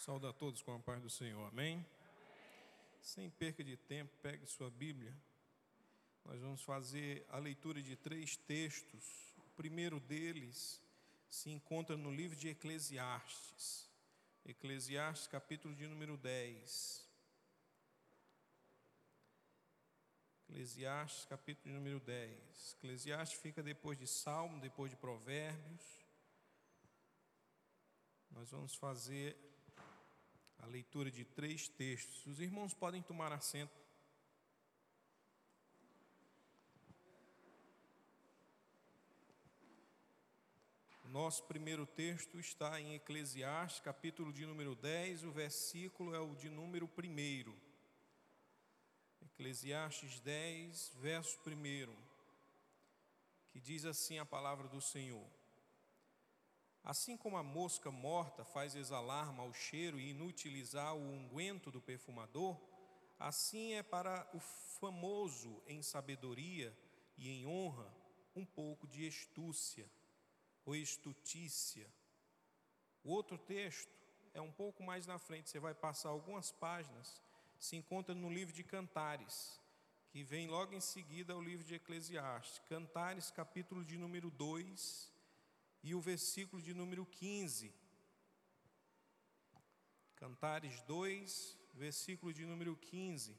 Saúde a todos com a paz do Senhor, amém? Sem perca de tempo, pegue sua Bíblia. Nós vamos fazer a leitura de 3 textos. O primeiro deles se encontra no livro de Eclesiastes. Eclesiastes, capítulo de número 10. Eclesiastes, capítulo de número 10. Eclesiastes fica depois de Salmo, depois de Provérbios. Nós vamos fazer a leitura de 3 textos. Os irmãos podem tomar assento. O nosso primeiro texto está em Eclesiastes, capítulo de número 10, o versículo é o de número 1. Eclesiastes 10, verso 1, que diz assim a palavra do Senhor: Assim como a mosca morta faz exalar mau cheiro e inutilizar o unguento do perfumador, assim é para o famoso em sabedoria e em honra um pouco de astúcia ou estutícia. O outro texto é um pouco mais na frente, você vai passar algumas páginas, se encontra no livro de Cantares, que vem logo em seguida ao livro de Eclesiastes. Cantares, capítulo de número 2, e o versículo de número 15. Cantares 2, versículo de número 15.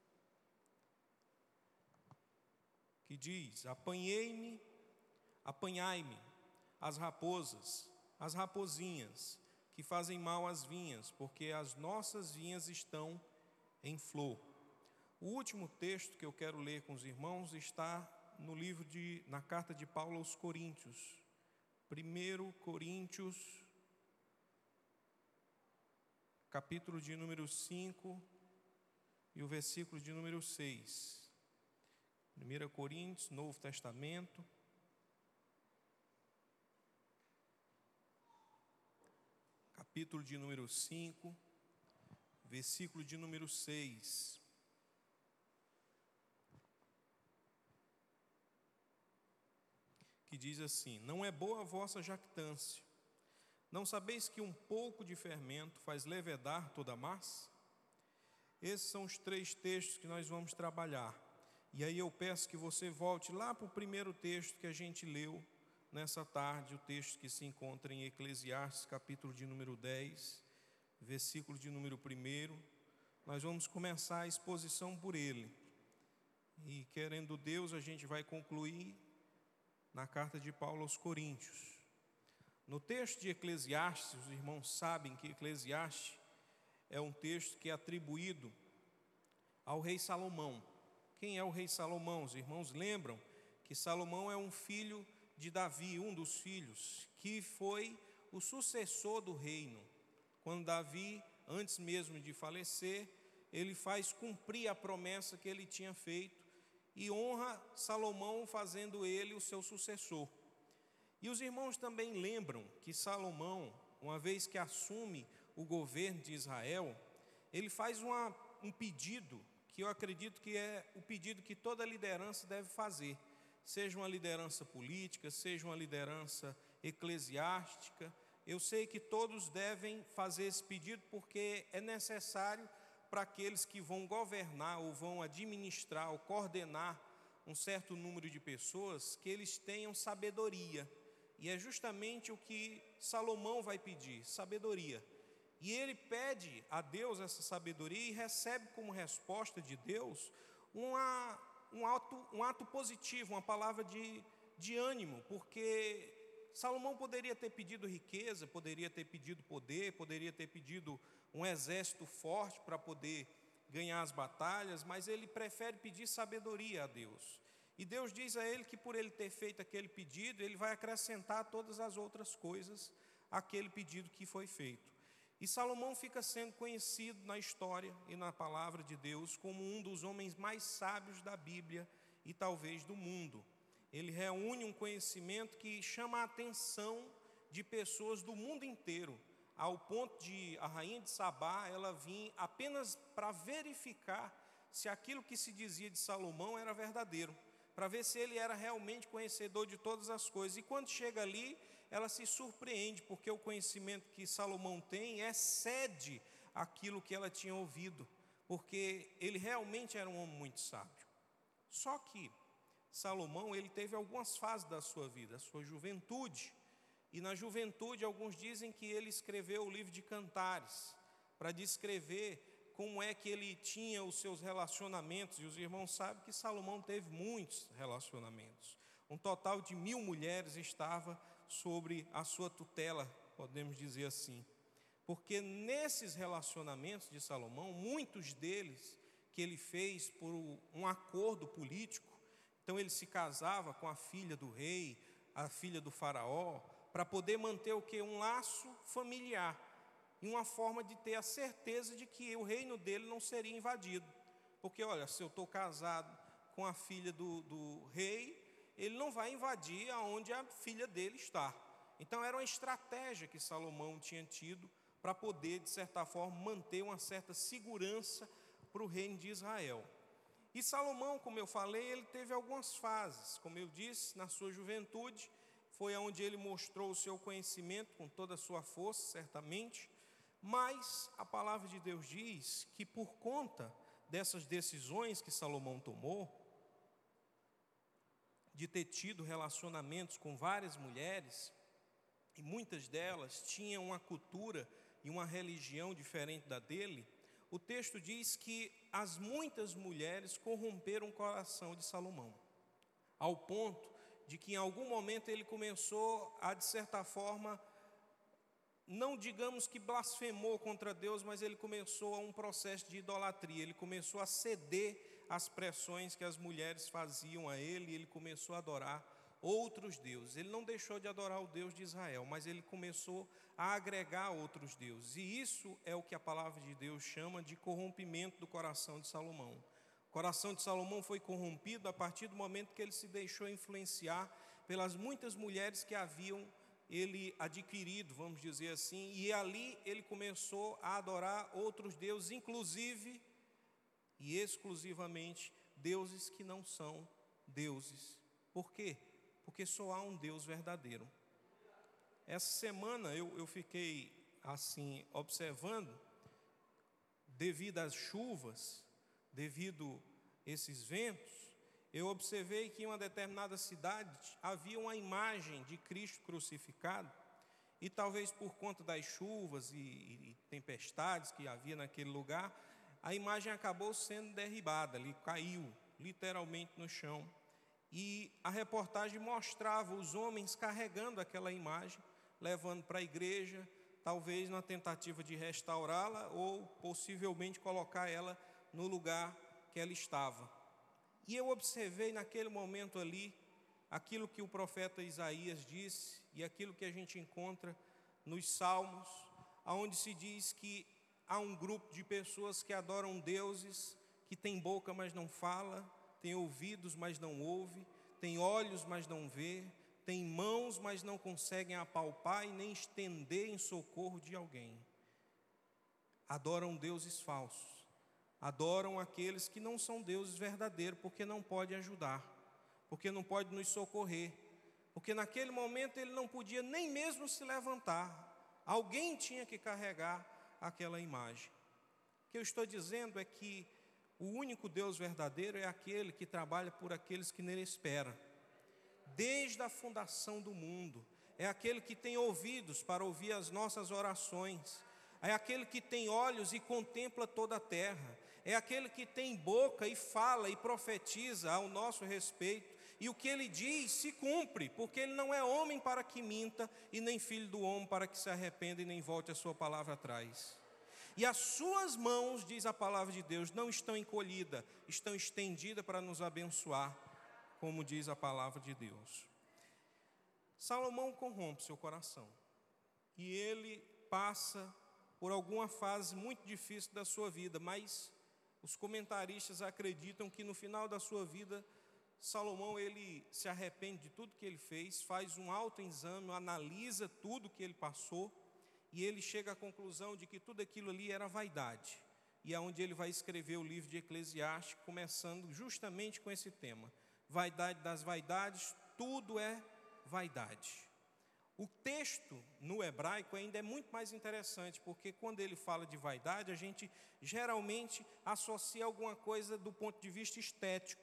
Que diz: apanhai-me, as raposas, as rapozinhas, que fazem mal às vinhas, porque as nossas vinhas estão em flor. O último texto que eu quero ler com os irmãos está na carta de Paulo aos Coríntios. 1 Coríntios, capítulo de número 5 e o versículo de número 6. 1 Coríntios, Novo Testamento, capítulo de número 5, versículo de número 6. Que diz assim: Não é boa a vossa jactância. Não sabeis que um pouco de fermento faz levedar toda a massa? Esses são os 3 textos que nós vamos trabalhar. E aí eu peço que você volte lá para o primeiro texto que a gente leu nessa tarde, o texto que se encontra em Eclesiastes, capítulo de número 10, versículo de número 1. Nós vamos começar a exposição por ele. E querendo Deus, a gente vai concluir na carta de Paulo aos Coríntios. No texto de Eclesiastes, os irmãos sabem que Eclesiastes é um texto que é atribuído ao rei Salomão. Quem é o rei Salomão? Os irmãos lembram que Salomão é um filho de Davi, um dos filhos, que foi o sucessor do reino. Quando Davi, antes mesmo de falecer, ele faz cumprir a promessa que ele tinha feito e honra Salomão, fazendo ele o seu sucessor. E os irmãos também lembram que Salomão, uma vez que assume o governo de Israel, ele faz um pedido, que eu acredito que é o pedido que toda liderança deve fazer, seja uma liderança política, seja uma liderança eclesiástica. Eu sei que todos devem fazer esse pedido porque é necessário para aqueles que vão governar ou vão administrar ou coordenar um certo número de pessoas, que eles tenham sabedoria. E é justamente o que Salomão vai pedir, sabedoria. E ele pede a Deus essa sabedoria e recebe como resposta de Deus um ato positivo, uma palavra de ânimo, porque Salomão poderia ter pedido riqueza, poderia ter pedido poder, poderia ter pedido um exército forte para poder ganhar as batalhas, mas ele prefere pedir sabedoria a Deus. E Deus diz a ele que por ele ter feito aquele pedido, ele vai acrescentar todas as outras coisas àquele pedido que foi feito. E Salomão fica sendo conhecido na história e na palavra de Deus como um dos homens mais sábios da Bíblia e talvez do mundo. Ele reúne um conhecimento que chama a atenção de pessoas do mundo inteiro, ao ponto de a rainha de Sabá, ela vir apenas para verificar se aquilo que se dizia de Salomão era verdadeiro, para ver se ele era realmente conhecedor de todas as coisas. E quando chega ali, ela se surpreende, porque o conhecimento que Salomão tem excede aquilo que ela tinha ouvido, porque ele realmente era um homem muito sábio. Só que Salomão, ele teve algumas fases da sua vida, a sua juventude, e na juventude alguns dizem que ele escreveu o livro de Cantares, para descrever como é que ele tinha os seus relacionamentos, e os irmãos sabem que Salomão teve muitos relacionamentos. Um total de 1000 mulheres estava sobre a sua tutela, podemos dizer assim. Porque nesses relacionamentos de Salomão, muitos deles que ele fez por um acordo político, então ele se casava com a filha do rei, a filha do faraó, para poder manter o quê? Um laço familiar, e uma forma de ter a certeza de que o reino dele não seria invadido. Porque, olha, se eu estou casado com a filha do rei, ele não vai invadir aonde a filha dele está. Então era uma estratégia que Salomão tinha tido para poder, de certa forma, manter uma certa segurança para o reino de Israel. E Salomão, como eu falei, ele teve algumas fases. Como eu disse, na sua juventude, foi onde ele mostrou o seu conhecimento com toda a sua força, certamente. Mas a palavra de Deus diz que por conta dessas decisões que Salomão tomou, de ter tido relacionamentos com várias mulheres, e muitas delas tinham uma cultura e uma religião diferente da dele, o texto diz que as muitas mulheres corromperam o coração de Salomão, ao ponto de que em algum momento ele começou a, de certa forma, não digamos que blasfemou contra Deus, mas ele começou a um processo de idolatria, ele começou a ceder às pressões que as mulheres faziam a ele, e ele começou a adorar outros deuses. Ele não deixou de adorar o Deus de Israel, mas ele começou a agregar outros deuses, e isso é o que a palavra de Deus chama de corrompimento do coração de Salomão. O coração de Salomão foi corrompido a partir do momento que ele se deixou influenciar pelas muitas mulheres que haviam ele adquirido, vamos dizer assim, e ali ele começou a adorar outros deuses, inclusive e exclusivamente deuses que não são deuses. Por quê? Porque só há um Deus verdadeiro. Essa semana eu fiquei assim observando, devido às chuvas, devido a esses ventos, eu observei que em uma determinada cidade havia uma imagem de Cristo crucificado, e talvez por conta das chuvas e tempestades que havia naquele lugar, a imagem acabou sendo derribada, ali caiu literalmente no chão. E a reportagem mostrava os homens carregando aquela imagem, levando para a igreja, talvez na tentativa de restaurá-la ou possivelmente colocar ela no lugar que ela estava. E eu observei naquele momento ali aquilo que o profeta Isaías disse e aquilo que a gente encontra nos Salmos, onde se diz que há um grupo de pessoas que adoram deuses, que tem boca, mas não fala, tem ouvidos, mas não ouve, tem olhos, mas não vê, tem mãos, mas não conseguem apalpar e nem estender em socorro de alguém. Adoram deuses falsos. Adoram aqueles que não são deuses verdadeiros, porque não pode ajudar, porque não pode nos socorrer, porque naquele momento ele não podia nem mesmo se levantar. Alguém tinha que carregar aquela imagem. O que eu estou dizendo é que o único Deus verdadeiro é aquele que trabalha por aqueles que nele esperam. Desde a fundação do mundo, é aquele que tem ouvidos para ouvir as nossas orações, é aquele que tem olhos e contempla toda a terra, é aquele que tem boca e fala e profetiza ao nosso respeito, e o que ele diz se cumpre, porque ele não é homem para que minta, e nem filho do homem para que se arrependa e nem volte a sua palavra atrás. E as suas mãos, diz a palavra de Deus, não estão encolhidas, estão estendidas para nos abençoar, como diz a palavra de Deus. Salomão corrompe seu coração, e ele passa por alguma fase muito difícil da sua vida, mas os comentaristas acreditam que no final da sua vida, Salomão ele se arrepende de tudo que ele fez, faz um autoexame, analisa tudo que ele passou, e ele chega à conclusão de que tudo aquilo ali era vaidade. E é onde ele vai escrever o livro de Eclesiastes, começando justamente com esse tema. Vaidade das vaidades, tudo é vaidade. O texto no hebraico ainda é muito mais interessante, porque quando ele fala de vaidade, a gente geralmente associa alguma coisa do ponto de vista estético.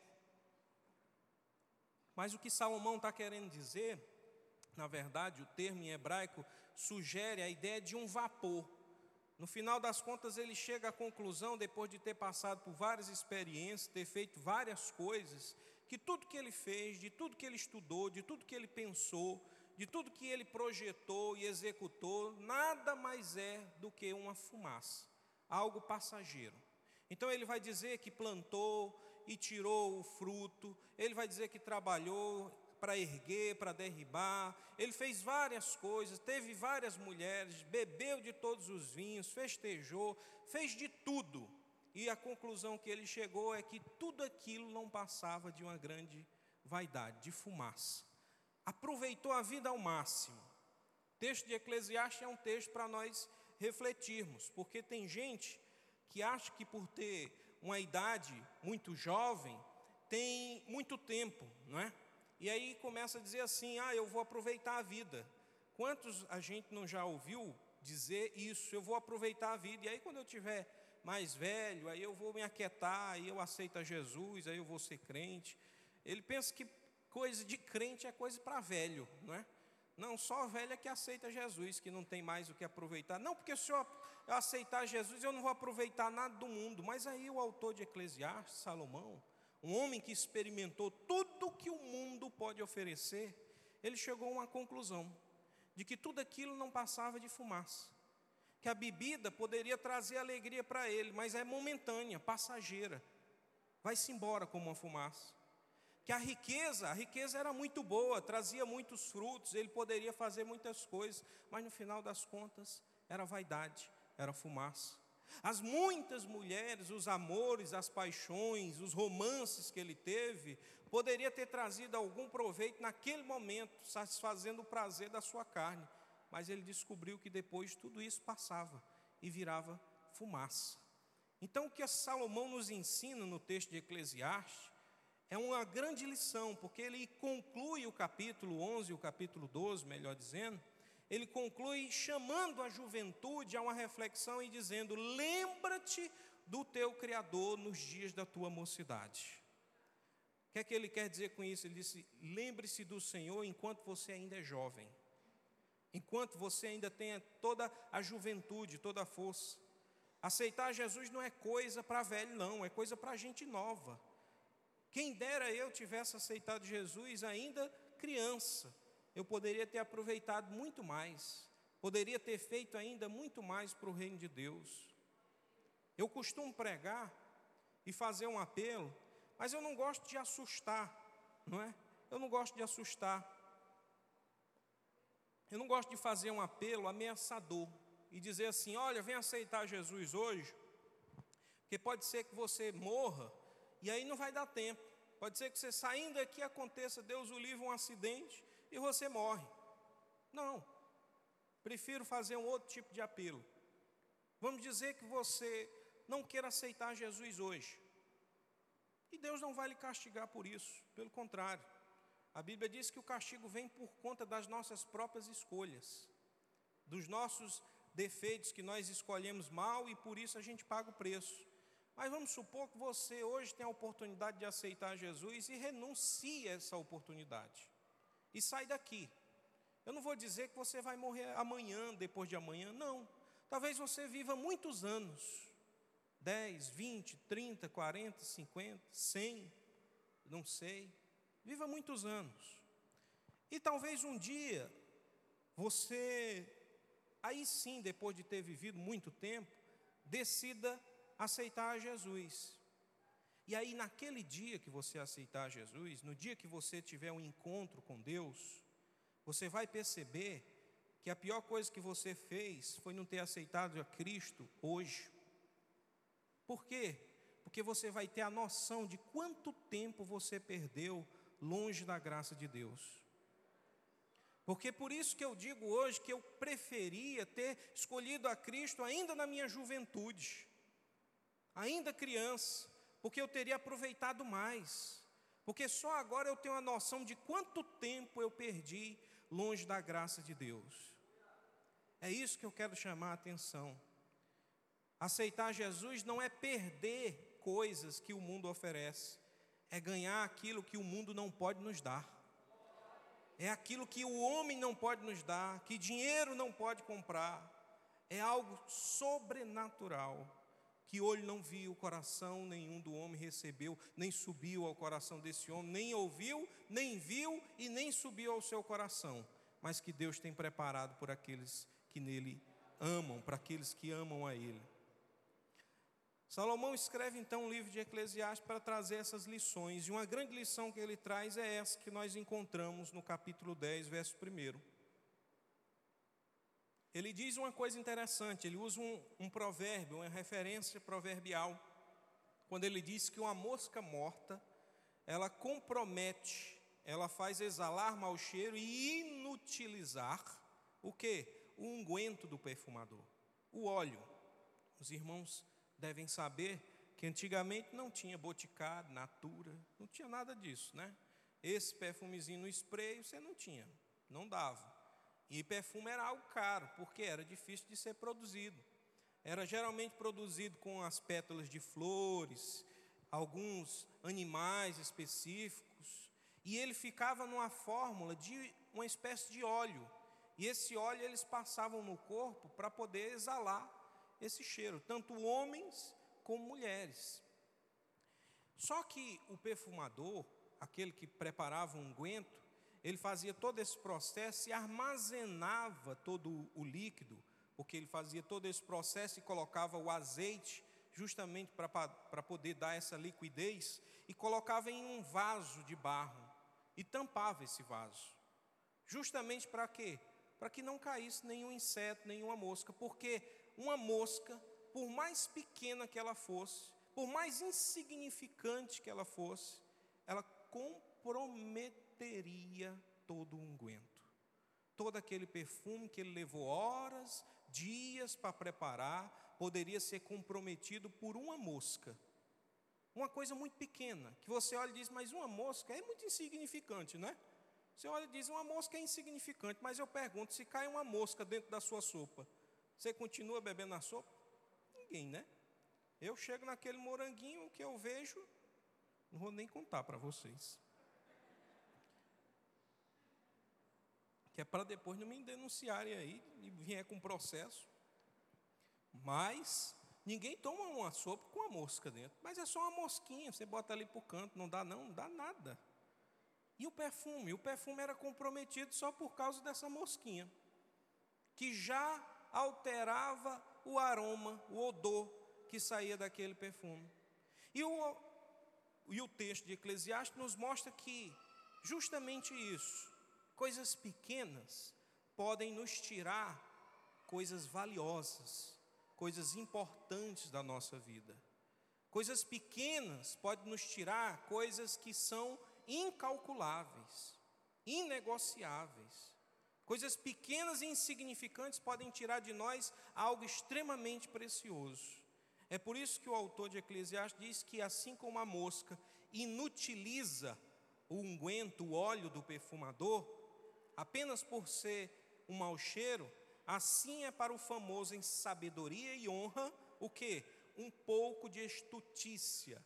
Mas o que Salomão está querendo dizer, na verdade, o termo em hebraico sugere a ideia de um vapor. No final das contas, ele chega à conclusão, depois de ter passado por várias experiências, ter feito várias coisas, que tudo que ele fez, de tudo que ele estudou, de tudo que ele pensou, de tudo que ele projetou e executou, nada mais é do que uma fumaça, algo passageiro. Então ele vai dizer que plantou e tirou o fruto, ele vai dizer que trabalhou para erguer, para derribar, ele fez várias coisas, teve várias mulheres, bebeu de todos os vinhos, festejou, fez de tudo. E a conclusão que ele chegou é que tudo aquilo não passava de uma grande vaidade, de fumaça. Aproveitou a vida ao máximo. O texto de Eclesiastes é um texto para nós refletirmos, porque tem gente que acha que por ter uma idade muito jovem, tem muito tempo, não é? E aí começa a dizer assim, eu vou aproveitar a vida. Quantos a gente não já ouviu dizer isso, eu vou aproveitar a vida, e aí quando eu tiver mais velho, aí eu vou me aquietar, aí eu aceito a Jesus, aí eu vou ser crente. Ele pensa que coisa de crente é coisa para velho, não é? Não, só velho é que aceita Jesus, que não tem mais o que aproveitar. Não, porque se eu aceitar Jesus, eu não vou aproveitar nada do mundo. Mas aí o autor de Eclesiastes, Salomão, um homem que experimentou tudo que o mundo pode oferecer, ele chegou a uma conclusão, de que tudo aquilo não passava de fumaça. Que a bebida poderia trazer alegria para ele, mas é momentânea, passageira. Vai-se embora como uma fumaça. Que a riqueza era muito boa, trazia muitos frutos, ele poderia fazer muitas coisas, mas no final das contas era vaidade, era fumaça. As muitas mulheres, os amores, as paixões, os romances que ele teve, poderia ter trazido algum proveito naquele momento, satisfazendo o prazer da sua carne, mas ele descobriu que depois tudo isso passava e virava fumaça. Então o que Salomão nos ensina no texto de Eclesiastes é uma grande lição, porque ele conclui o capítulo 11, o capítulo 12, melhor dizendo, ele conclui chamando a juventude a uma reflexão e dizendo, lembra-te do teu Criador nos dias da tua mocidade. O que é que ele quer dizer com isso? Ele disse, lembre-se do Senhor enquanto você ainda é jovem, enquanto você ainda tem toda a juventude, toda a força. Aceitar Jesus não é coisa para velho não, é coisa para gente nova. Quem dera eu tivesse aceitado Jesus ainda criança, eu poderia ter aproveitado muito mais, poderia ter feito ainda muito mais para o reino de Deus. Eu costumo pregar e fazer um apelo, mas eu não gosto de assustar, não é? Eu não gosto de assustar. Eu não gosto de fazer um apelo ameaçador e dizer assim, olha, vem aceitar Jesus hoje, porque pode ser que você morra, e aí não vai dar tempo. Pode ser que você saindo aqui aconteça, Deus o livre, um acidente e você morre. Não, prefiro fazer um outro tipo de apelo. Vamos dizer que você não queira aceitar Jesus hoje. E Deus não vai lhe castigar por isso, pelo contrário. A Bíblia diz que o castigo vem por conta das nossas próprias escolhas, dos nossos defeitos que nós escolhemos mal e por isso a gente paga o preço. Mas vamos supor que você hoje tem a oportunidade de aceitar Jesus e renuncie a essa oportunidade. E sai daqui. Eu não vou dizer que você vai morrer amanhã, depois de amanhã, não. Talvez você viva muitos anos. 10, 20, 30, 40, 50, 100, não sei. Viva muitos anos. E talvez um dia, você, aí sim, depois de ter vivido muito tempo, decida aceitar Jesus. E aí naquele dia que você aceitar Jesus, no dia que você tiver um encontro com Deus, você vai perceber que a pior coisa que você fez foi não ter aceitado a Cristo hoje. Por quê? Porque você vai ter a noção de quanto tempo você perdeu longe da graça de Deus. Porque por isso que eu digo hoje que eu preferia ter escolhido a Cristo ainda na minha juventude, ainda criança, porque eu teria aproveitado mais, porque só agora eu tenho a noção de quanto tempo eu perdi, longe da graça de Deus. É isso que eu quero chamar a atenção. Aceitar Jesus não é perder coisas que o mundo oferece, é ganhar aquilo que o mundo não pode nos dar. É aquilo que o homem não pode nos dar, que dinheiro não pode comprar. É algo sobrenatural, que olho não viu, coração nenhum do homem recebeu, nem subiu ao coração desse homem, nem ouviu, nem viu e nem subiu ao seu coração, mas que Deus tem preparado por aqueles que nele amam, para aqueles que amam a Ele. Salomão escreve então o livro de Eclesiastes para trazer essas lições, e uma grande lição que ele traz é essa que nós encontramos no capítulo 10, verso 1. Ele diz uma coisa interessante, ele usa um provérbio, uma referência proverbial, quando ele diz que uma mosca morta, ela compromete, ela faz exalar mau cheiro e inutilizar o quê? O unguento do perfumador, o óleo. Os irmãos devem saber que antigamente não tinha Boticário, Natura, não tinha nada disso, né? Esse perfumezinho no spray você não tinha, não dava. E perfume era algo caro, porque era difícil de ser produzido. Era geralmente produzido com as pétalas de flores, alguns animais específicos, e ele ficava numa fórmula de uma espécie de óleo. E esse óleo eles passavam no corpo para poder exalar esse cheiro, tanto homens como mulheres. Só que o perfumador, aquele que preparava o unguento, ele fazia todo esse processo e armazenava todo o líquido, porque ele fazia todo esse processo e colocava o azeite justamente para poder dar essa liquidez, e colocava em um vaso de barro e tampava esse vaso. Justamente para quê? Para que não caísse nenhum inseto, nenhuma mosca, porque uma mosca, por mais pequena que ela fosse, por mais insignificante que ela fosse, ela comprometeria todo o unguento. Todo aquele perfume que ele levou horas, dias para preparar, poderia ser comprometido por uma mosca. Uma coisa muito pequena, que você olha e diz, mas uma mosca é muito insignificante, né? Você olha e diz, uma mosca é insignificante, mas eu pergunto, se cai uma mosca dentro da sua sopa, você continua bebendo a sopa? Ninguém, né? Eu chego naquele moranguinho que eu vejo, não vou nem contar para vocês. Que é para depois não me denunciarem aí e vier com processo. Mas ninguém toma uma sopa com uma mosca dentro. Mas é só uma mosquinha, você bota ali para o canto, não dá nada. E o perfume? O perfume era comprometido só por causa dessa mosquinha, que já alterava o aroma, o odor que saía daquele perfume. E o texto de Eclesiastes nos mostra que justamente isso, coisas pequenas podem nos tirar coisas valiosas, coisas importantes da nossa vida. Coisas pequenas podem nos tirar coisas que são incalculáveis, inegociáveis. Coisas pequenas e insignificantes podem tirar de nós algo extremamente precioso. É por isso que o autor de Eclesiastes diz que assim como a mosca inutiliza o unguento, o óleo do perfumador, apenas por ser um mau cheiro, assim é para o famoso em sabedoria e honra, o quê? Um pouco de estutícia.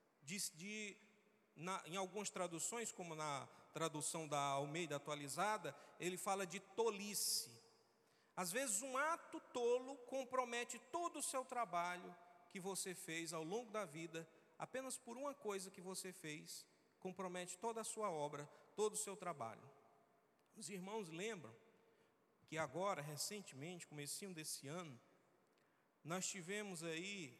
Em algumas traduções, como na tradução da Almeida atualizada, ele fala de tolice. Às vezes um ato tolo compromete todo o seu trabalho que você fez ao longo da vida, apenas por uma coisa que você fez, compromete toda a sua obra, todo o seu trabalho. Os irmãos lembram que agora, recentemente, comecinho desse ano, nós tivemos aí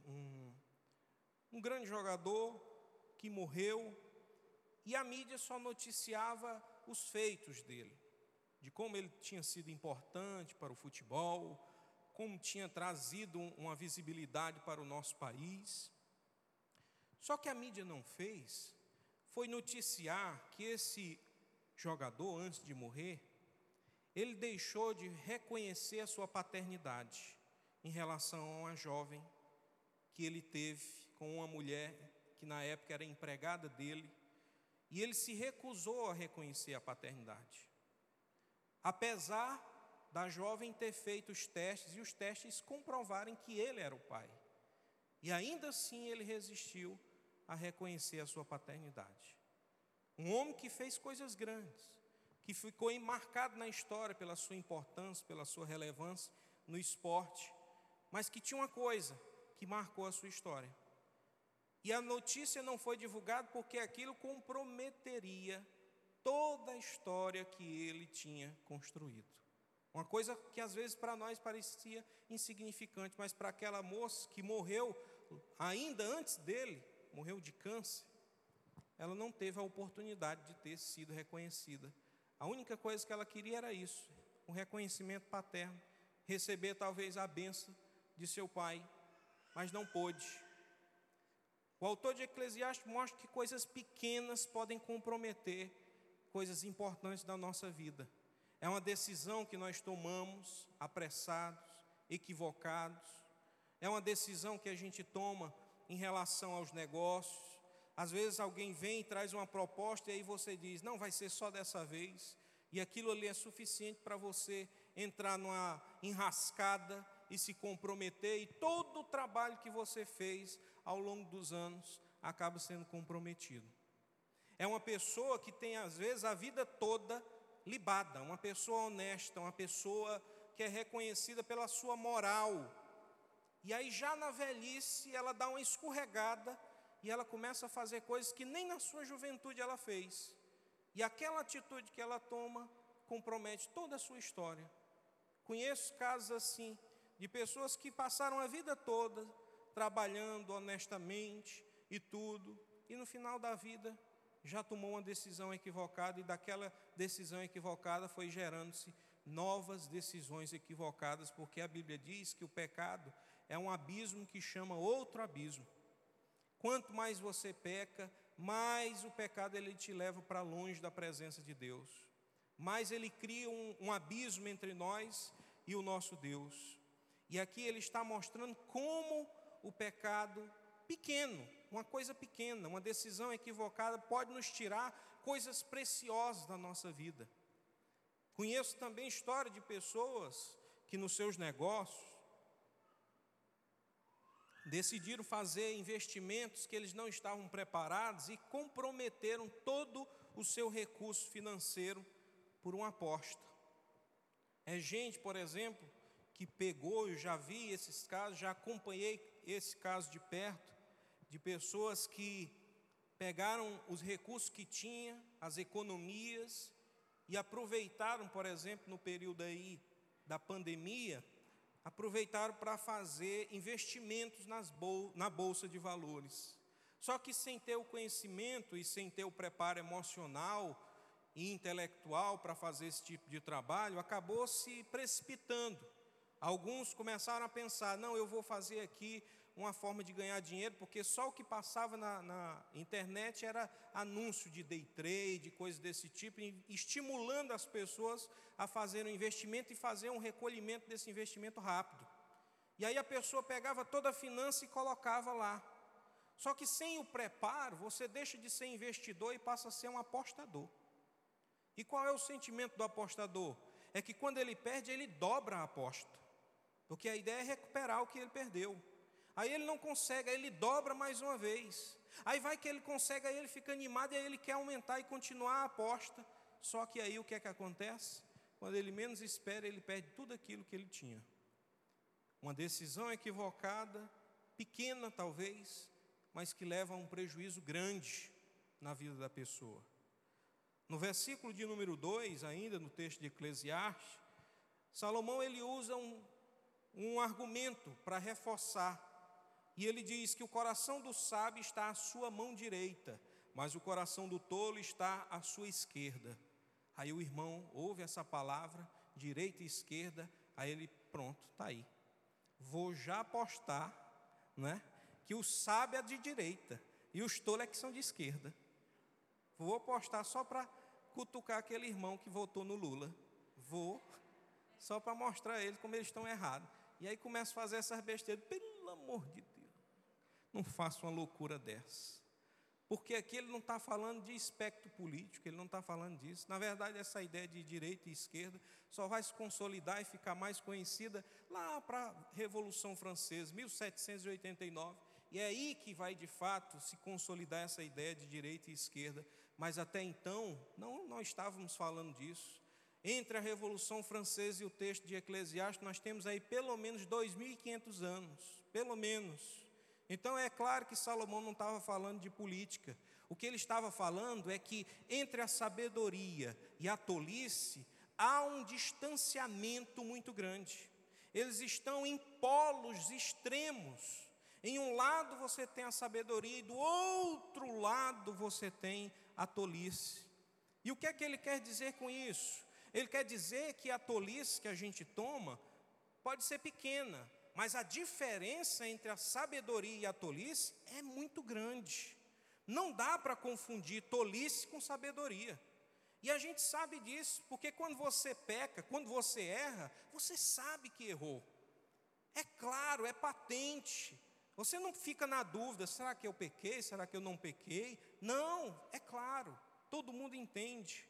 um grande jogador que morreu, e a mídia só noticiava os feitos dele, de como ele tinha sido importante para o futebol, como tinha trazido uma visibilidade para o nosso país. Só que a mídia não fez, foi noticiar que esse jogador, antes de morrer, ele deixou de reconhecer a sua paternidade em relação a uma jovem que ele teve com uma mulher que na época era empregada dele, e ele se recusou a reconhecer a paternidade. apesar da jovem ter feito os testes e os testes comprovarem que ele era o pai. E ainda assim ele resistiu a reconhecer a sua paternidade. Um homem que fez coisas grandes, que ficou marcado na história pela sua importância, pela sua relevância no esporte, mas que tinha uma coisa que marcou a sua história. E a notícia não foi divulgada porque aquilo comprometeria toda a história que ele tinha construído. Uma coisa que às vezes para nós parecia insignificante, mas para aquela moça que morreu ainda antes dele, morreu de câncer, ela não teve a oportunidade de ter sido reconhecida. A única coisa que ela queria era isso, um reconhecimento paterno, receber talvez a bênção de seu pai, mas não pôde. O autor de Eclesiastes mostra que coisas pequenas podem comprometer coisas importantes da nossa vida. É uma decisão que nós tomamos apressados, equivocados. É uma decisão que a gente toma em relação aos negócios. Às vezes alguém vem e traz uma proposta e aí você diz, não, vai ser só dessa vez. E aquilo ali é suficiente para você entrar numa enrascada e se comprometer. E todo o trabalho que você fez ao longo dos anos acaba sendo comprometido. É uma pessoa que tem às vezes a vida toda libada, uma pessoa honesta, uma pessoa que é reconhecida pela sua moral. E aí já na velhice ela dá uma escorregada e ela começa a fazer coisas que nem na sua juventude ela fez. E aquela atitude que ela toma compromete toda a sua história. Conheço casos assim, de pessoas que passaram a vida toda trabalhando honestamente e tudo, e no final da vida já tomou uma decisão equivocada, e daquela decisão equivocada foi gerando-se novas decisões equivocadas, porque a Bíblia diz que o pecado é um abismo que chama outro abismo. Quanto mais você peca, mais o pecado ele te leva para longe da presença de Deus. Mais ele cria um abismo entre nós e o nosso Deus. E aqui ele está mostrando como o pecado pequeno, uma coisa pequena, uma decisão equivocada pode nos tirar coisas preciosas da nossa vida. Conheço também história de pessoas que nos seus negócios decidiram fazer investimentos que eles não estavam preparados e comprometeram todo o seu recurso financeiro por uma aposta. É gente, por exemplo, que pegou, eu já vi esses casos, já acompanhei esse caso de perto, de pessoas que pegaram os recursos que tinha, as economias, e aproveitaram, por exemplo, no período aí da pandemia, aproveitaram para fazer investimentos na Bolsa de Valores. Só que sem ter o conhecimento e sem ter o preparo emocional e intelectual para fazer esse tipo de trabalho, acabou se precipitando. Alguns começaram a pensar, não, eu vou fazer aqui uma forma de ganhar dinheiro, porque só o que passava na internet era anúncio de day trade, coisas desse tipo, estimulando as pessoas a fazerem um investimento e fazer um recolhimento desse investimento rápido. E aí a pessoa pegava toda a finança e colocava lá. Só que sem o preparo, você deixa de ser investidor e passa a ser um apostador. E qual é o sentimento do apostador? É que quando ele perde, ele dobra a aposta. Porque a ideia é recuperar o que ele perdeu. Aí ele não consegue, aí ele dobra mais uma vez. Aí vai que ele consegue, aí ele fica animado e aí ele quer aumentar e continuar a aposta. Só que aí o que é que acontece? Quando ele menos espera, ele perde tudo aquilo que ele tinha. Uma decisão equivocada, pequena talvez, mas que leva a um prejuízo grande na vida da pessoa. No versículo de número 2, ainda no texto de Eclesiastes, Salomão ele usa um argumento para reforçar. E ele diz que o coração do sábio está à sua mão direita, mas o coração do tolo está à sua esquerda. Aí o irmão ouve essa palavra, direita e esquerda, aí ele, pronto, está aí. Vou já apostar, né, que o sábio é de direita e os tolos é que são de esquerda. Vou apostar só para cutucar aquele irmão que votou no Lula. Vou, só para mostrar a eles como eles estão errados. E aí começa a fazer essas besteiras. Pelo amor de Deus, não faça uma loucura dessa. Porque aqui ele não está falando de espectro político, ele não está falando disso. Na verdade, essa ideia de direita e esquerda só vai se consolidar e ficar mais conhecida lá para a Revolução Francesa, 1789. E é aí que vai, de fato, se consolidar essa ideia de direita e esquerda. Mas até então, não estávamos falando disso. Entre a Revolução Francesa e o texto de Eclesiastes, nós temos aí pelo menos 2.500 anos, pelo menos. Então é claro que Salomão não estava falando de política. O que ele estava falando é que entre a sabedoria e a tolice há um distanciamento muito grande. Eles estão em polos extremos. Em um lado você tem a sabedoria e do outro lado você tem a tolice. E o que é que ele quer dizer com isso? Ele quer dizer que a tolice que a gente toma pode ser pequena, mas a diferença entre a sabedoria e a tolice é muito grande. Não dá para confundir tolice com sabedoria. E a gente sabe disso, porque quando você peca, quando você erra, você sabe que errou. É claro, é patente. Você não fica na dúvida, será que eu pequei, será que eu não pequei? Não, é claro, todo mundo entende.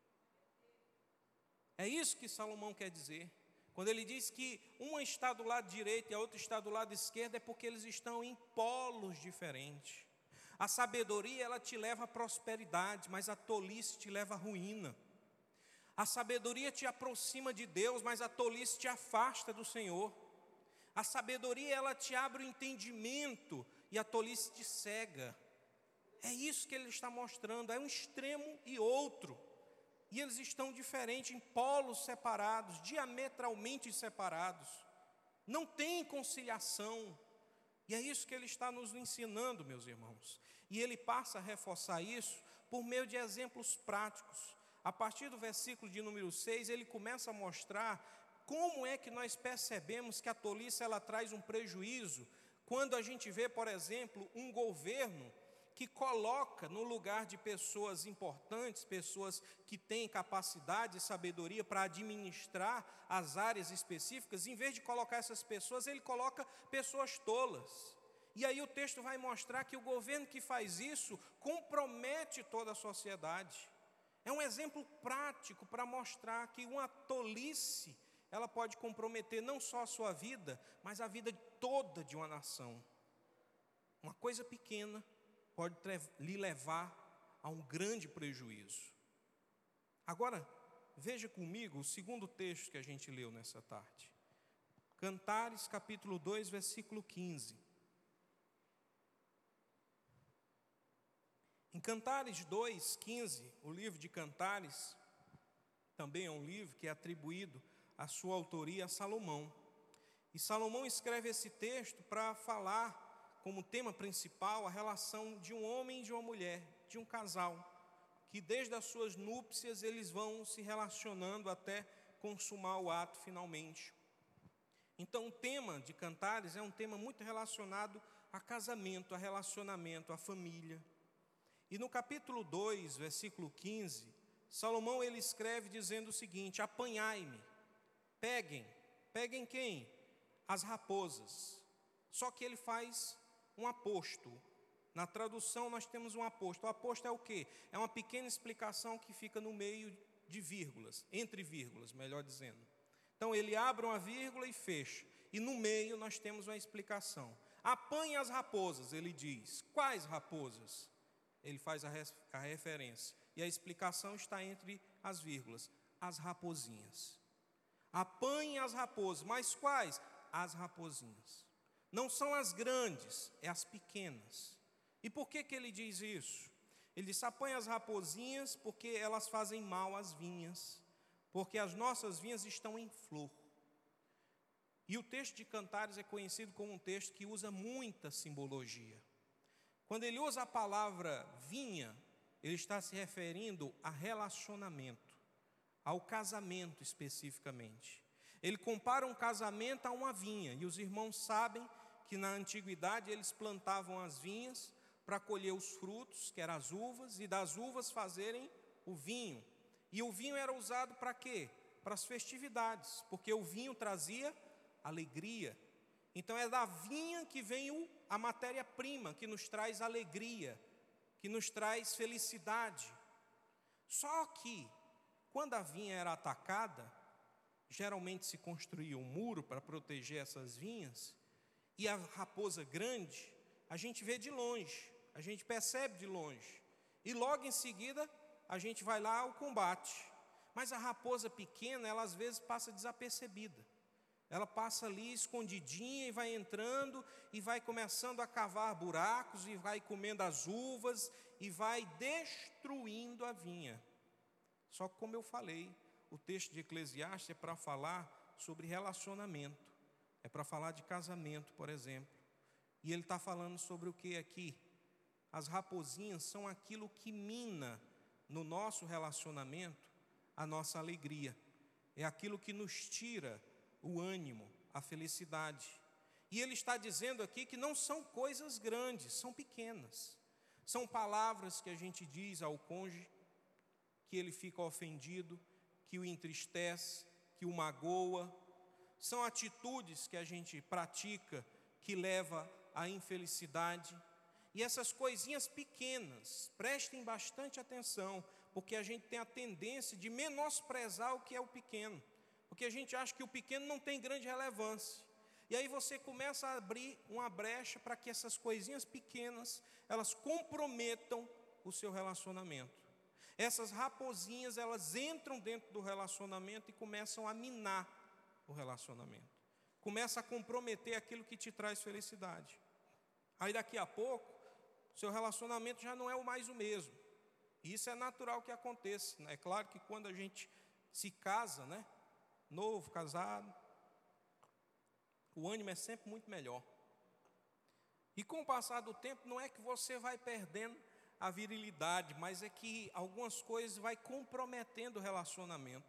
É isso que Salomão quer dizer. Quando ele diz que uma está do lado direito e a outra está do lado esquerdo, é porque eles estão em polos diferentes. A sabedoria, ela te leva à prosperidade, mas a tolice te leva à ruína. A sabedoria te aproxima de Deus, mas a tolice te afasta do Senhor. A sabedoria, ela te abre o entendimento e a tolice te cega. É isso que ele está mostrando, é um extremo e outro. E eles estão diferentes, em polos separados, diametralmente separados. Não tem conciliação. E é isso que ele está nos ensinando, meus irmãos. E ele passa a reforçar isso por meio de exemplos práticos. A partir do versículo de número 6, ele começa a mostrar como é que nós percebemos que a tolice ela traz um prejuízo quando a gente vê, por exemplo, um governo que coloca no lugar de pessoas importantes, pessoas que têm capacidade e sabedoria para administrar as áreas específicas, em vez de colocar essas pessoas, ele coloca pessoas tolas. E aí o texto vai mostrar que o governo que faz isso compromete toda a sociedade. É um exemplo prático para mostrar que uma tolice, ela pode comprometer não só a sua vida, mas a vida toda de uma nação. Uma coisa pequena pode lhe levar a um grande prejuízo. Agora, veja comigo o segundo texto que a gente leu nessa tarde. Cantares, capítulo 2, versículo 15. Em Cantares 2, 15, o livro de Cantares, também é um livro que é atribuído a sua autoria a Salomão. E Salomão escreve esse texto para falar como tema principal a relação de um homem e de uma mulher, de um casal, que desde as suas núpcias eles vão se relacionando até consumar o ato finalmente. Então o tema de Cantares é um tema muito relacionado a casamento, a relacionamento, a família. E no capítulo 2, versículo 15, Salomão ele escreve dizendo o seguinte: apanhai-me, peguem quem? As raposas. Só que ele faz um aposto. Na tradução nós temos um aposto. O aposto é o quê? É uma pequena explicação que fica no meio de vírgulas, entre vírgulas, melhor dizendo. Então ele abre uma vírgula e fecha. E no meio nós temos uma explicação. Apanhe as raposas, ele diz. Quais raposas? Ele faz a referência. E a explicação está entre as vírgulas. As raposinhas. Apanhe as raposas. Mas quais? As raposinhas. Não são as grandes, é as pequenas. E por que ele diz isso? Ele diz: apanha as raposinhas porque elas fazem mal às vinhas, porque as nossas vinhas estão em flor. E o texto de Cantares é conhecido como um texto que usa muita simbologia. Quando ele usa a palavra vinha, ele está se referindo a relacionamento, ao casamento especificamente. Ele compara um casamento a uma vinha, e os irmãos sabem que na antiguidade eles plantavam as vinhas para colher os frutos, que eram as uvas, e das uvas fazerem o vinho. E o vinho era usado para quê? Para as festividades, porque o vinho trazia alegria. Então é da vinha que vem a matéria-prima, que nos traz alegria, que nos traz felicidade. Só que, quando a vinha era atacada, geralmente se construía um muro para proteger essas vinhas, e a raposa grande, a gente vê de longe, a gente percebe de longe, e logo em seguida a gente vai lá ao combate. Mas a raposa pequena, ela às vezes passa desapercebida. Ela passa ali escondidinha e vai entrando e vai começando a cavar buracos e vai comendo as uvas e vai destruindo a vinha. Só que, como eu falei, o texto de Eclesiastes é para falar sobre relacionamento, é para falar de casamento, por exemplo. E ele está falando sobre o que aqui? As raposinhas são aquilo que mina no nosso relacionamento a nossa alegria. É aquilo que nos tira o ânimo, a felicidade. E ele está dizendo aqui que não são coisas grandes, são pequenas. São palavras que a gente diz ao cônjuge, que ele fica ofendido, que o entristece, que o magoa. São atitudes que a gente pratica que leva à infelicidade. E essas coisinhas pequenas, prestem bastante atenção, porque a gente tem a tendência de menosprezar o que é o pequeno, porque a gente acha que o pequeno não tem grande relevância. E aí você começa a abrir uma brecha para que essas coisinhas pequenas, elas comprometam o seu relacionamento. Essas raposinhas, elas entram dentro do relacionamento e começam a minar o relacionamento. Começa a comprometer aquilo que te traz felicidade. Aí daqui a pouco, seu relacionamento já não é mais o mesmo. E isso é natural que aconteça, né? É claro que quando a gente se casa, né? Novo, casado, o ânimo é sempre muito melhor. E com o passar do tempo, não é que você vai perdendo a virilidade, mas é que algumas coisas vai comprometendo o relacionamento.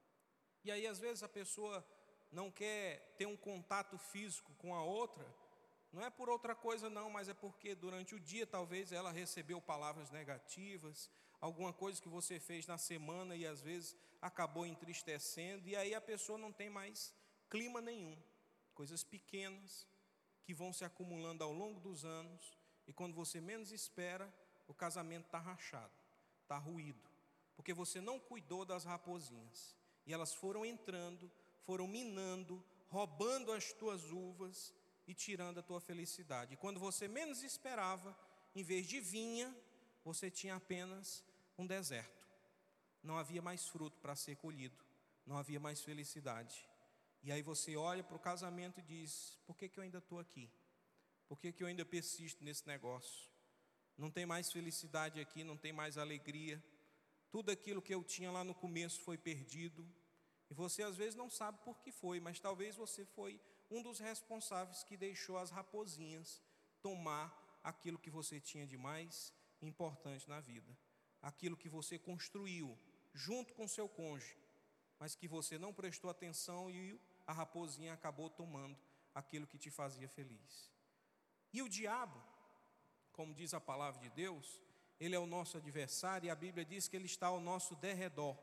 E aí, às vezes, a pessoa não quer ter um contato físico com a outra, não é por outra coisa não, mas é porque durante o dia talvez ela recebeu palavras negativas, alguma coisa que você fez na semana e às vezes acabou entristecendo, e aí a pessoa não tem mais clima nenhum. Coisas pequenas que vão se acumulando ao longo dos anos, e quando você menos espera, o casamento está rachado, está ruído, porque você não cuidou das raposinhas, e elas foram entrando, foram minando, roubando as tuas uvas e tirando a tua felicidade. E quando você menos esperava, em vez de vinha, você tinha apenas um deserto. Não havia mais fruto para ser colhido, não havia mais felicidade. E aí você olha para o casamento e diz: por que eu ainda estou aqui? Por que eu ainda persisto nesse negócio? Não tem mais felicidade aqui, não tem mais alegria. Tudo aquilo que eu tinha lá no começo foi perdido. E você às vezes não sabe por que foi, mas talvez você foi um dos responsáveis que deixou as raposinhas tomar aquilo que você tinha de mais importante na vida. Aquilo que você construiu junto com seu cônjuge, mas que você não prestou atenção e a raposinha acabou tomando aquilo que te fazia feliz. E o diabo, como diz a palavra de Deus, ele é o nosso adversário, e a Bíblia diz que ele está ao nosso derredor,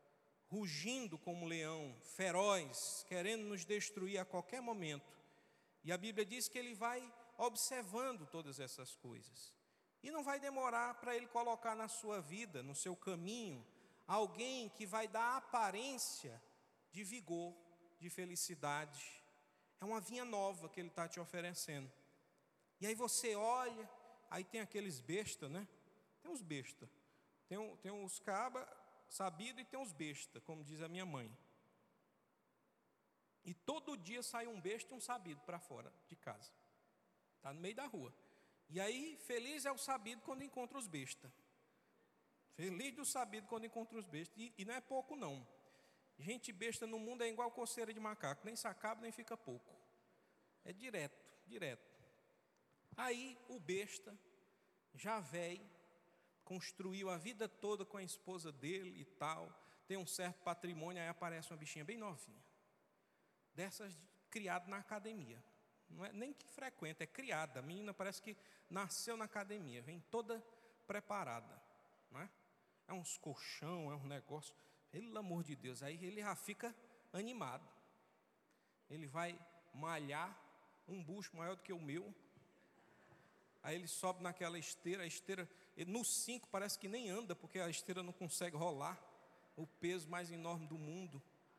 rugindo como um leão, feroz, querendo nos destruir a qualquer momento. E a Bíblia diz que ele vai observando todas essas coisas. E não vai demorar para ele colocar na sua vida, no seu caminho, alguém que vai dar aparência de vigor, de felicidade. É uma vinha nova que ele está te oferecendo. E aí você olha, aí tem aqueles bestas, né? Tem uns bestas. Tem uns cabas sabido e tem uns bestas, como diz a minha mãe. E todo dia sai um besta e um sabido para fora de casa. Está no meio da rua. E aí, feliz é o sabido quando encontra os bestas. Feliz do sabido quando encontra os bestas. E não é pouco, não. Gente besta no mundo é igual coceira de macaco. Nem se acaba, nem fica pouco. É direto, direto. Aí, o besta, já velho, construiu a vida toda com a esposa dele e tal, tem um certo patrimônio, aí aparece uma bichinha bem novinha, dessas criada na academia, não é nem que frequenta, é criada, a menina parece que nasceu na academia, vem toda preparada, não é? É uns colchão, é um negócio, pelo amor de Deus, aí ele já fica animado, ele vai malhar um bucho maior do que o meu, Aí ele sobe naquela esteira, a esteira, no 5 parece que nem anda, porque a esteira não consegue rolar, o peso mais enorme do mundo.